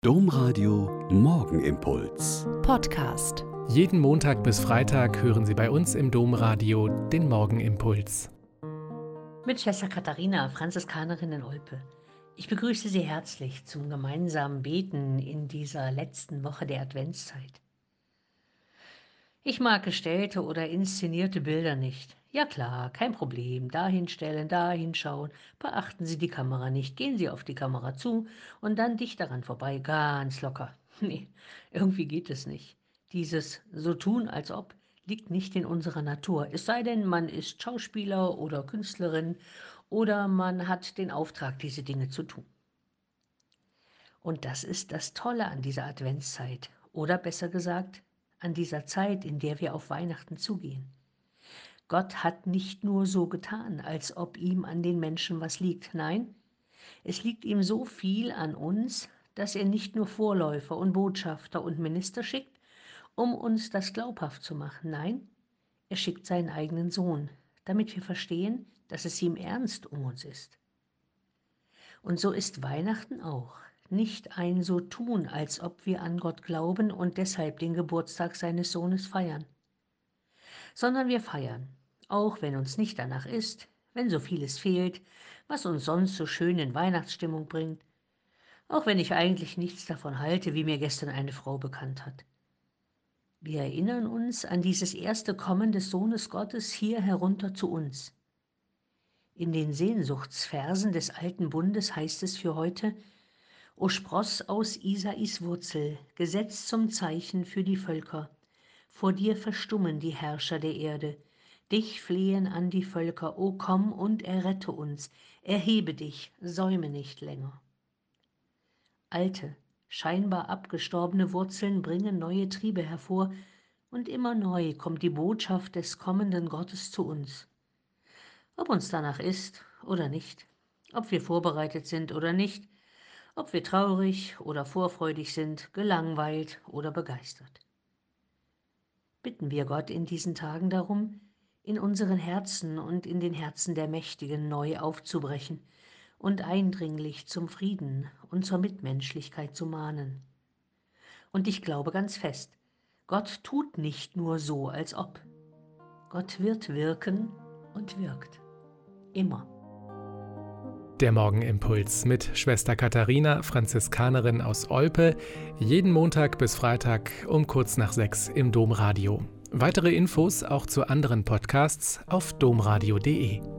Domradio Morgenimpuls. Podcast. Jeden Montag bis Freitag hören Sie bei uns im Domradio den Morgenimpuls. Mit Schwester Katharina, Franziskanerin in Olpe. Ich begrüße Sie herzlich zum gemeinsamen Beten in dieser letzten Woche der Adventszeit. Ich mag gestellte oder inszenierte Bilder nicht. Ja klar, kein Problem. Da hinstellen, da hinschauen. Beachten Sie die Kamera nicht. Gehen Sie auf die Kamera zu und dann dicht daran vorbei. Ganz locker. Nee, irgendwie geht es nicht. Dieses so tun, als ob, liegt nicht in unserer Natur. Es sei denn, man ist Schauspieler oder Künstlerin oder man hat den Auftrag, diese Dinge zu tun. Und das ist das Tolle an dieser Adventszeit. Oder besser gesagt, an dieser Zeit, in der wir auf Weihnachten zugehen. Gott hat nicht nur so getan, als ob ihm an den Menschen was liegt. Nein, es liegt ihm so viel an uns, dass er nicht nur Vorläufer und Botschafter und Minister schickt, um uns das glaubhaft zu machen. Nein, er schickt seinen eigenen Sohn, damit wir verstehen, dass es ihm ernst um uns ist. Und so ist Weihnachten auch. Nicht ein so tun, als ob wir an Gott glauben und deshalb den Geburtstag seines Sohnes feiern, sondern wir feiern, auch wenn uns nicht danach ist, wenn so vieles fehlt, was uns sonst so schön in Weihnachtsstimmung bringt, auch wenn ich eigentlich nichts davon halte, wie mir gestern eine Frau bekannt hat. Wir erinnern uns an dieses erste Kommen des Sohnes Gottes hier herunter zu uns. In den Sehnsuchtsversen des Alten Bundes heißt es für heute: O Spross aus Isais Wurzel, Gesetz zum Zeichen für die Völker, vor dir verstummen die Herrscher der Erde, dich flehen an die Völker, o komm und errette uns, erhebe dich, säume nicht länger. Alte, scheinbar abgestorbene Wurzeln bringen neue Triebe hervor, und immer neu kommt die Botschaft des kommenden Gottes zu uns. Ob uns danach ist oder nicht, ob wir vorbereitet sind oder nicht, ob wir traurig oder vorfreudig sind, gelangweilt oder begeistert. Bitten wir Gott in diesen Tagen darum, in unseren Herzen und in den Herzen der Mächtigen neu aufzubrechen und eindringlich zum Frieden und zur Mitmenschlichkeit zu mahnen. Und ich glaube ganz fest, Gott tut nicht nur so, als ob. Gott wird wirken und wirkt. Immer. Der Morgenimpuls mit Schwester Katharina, Franziskanerin aus Olpe, jeden Montag bis Freitag um kurz nach 6 im Domradio. Weitere Infos auch zu anderen Podcasts auf domradio.de.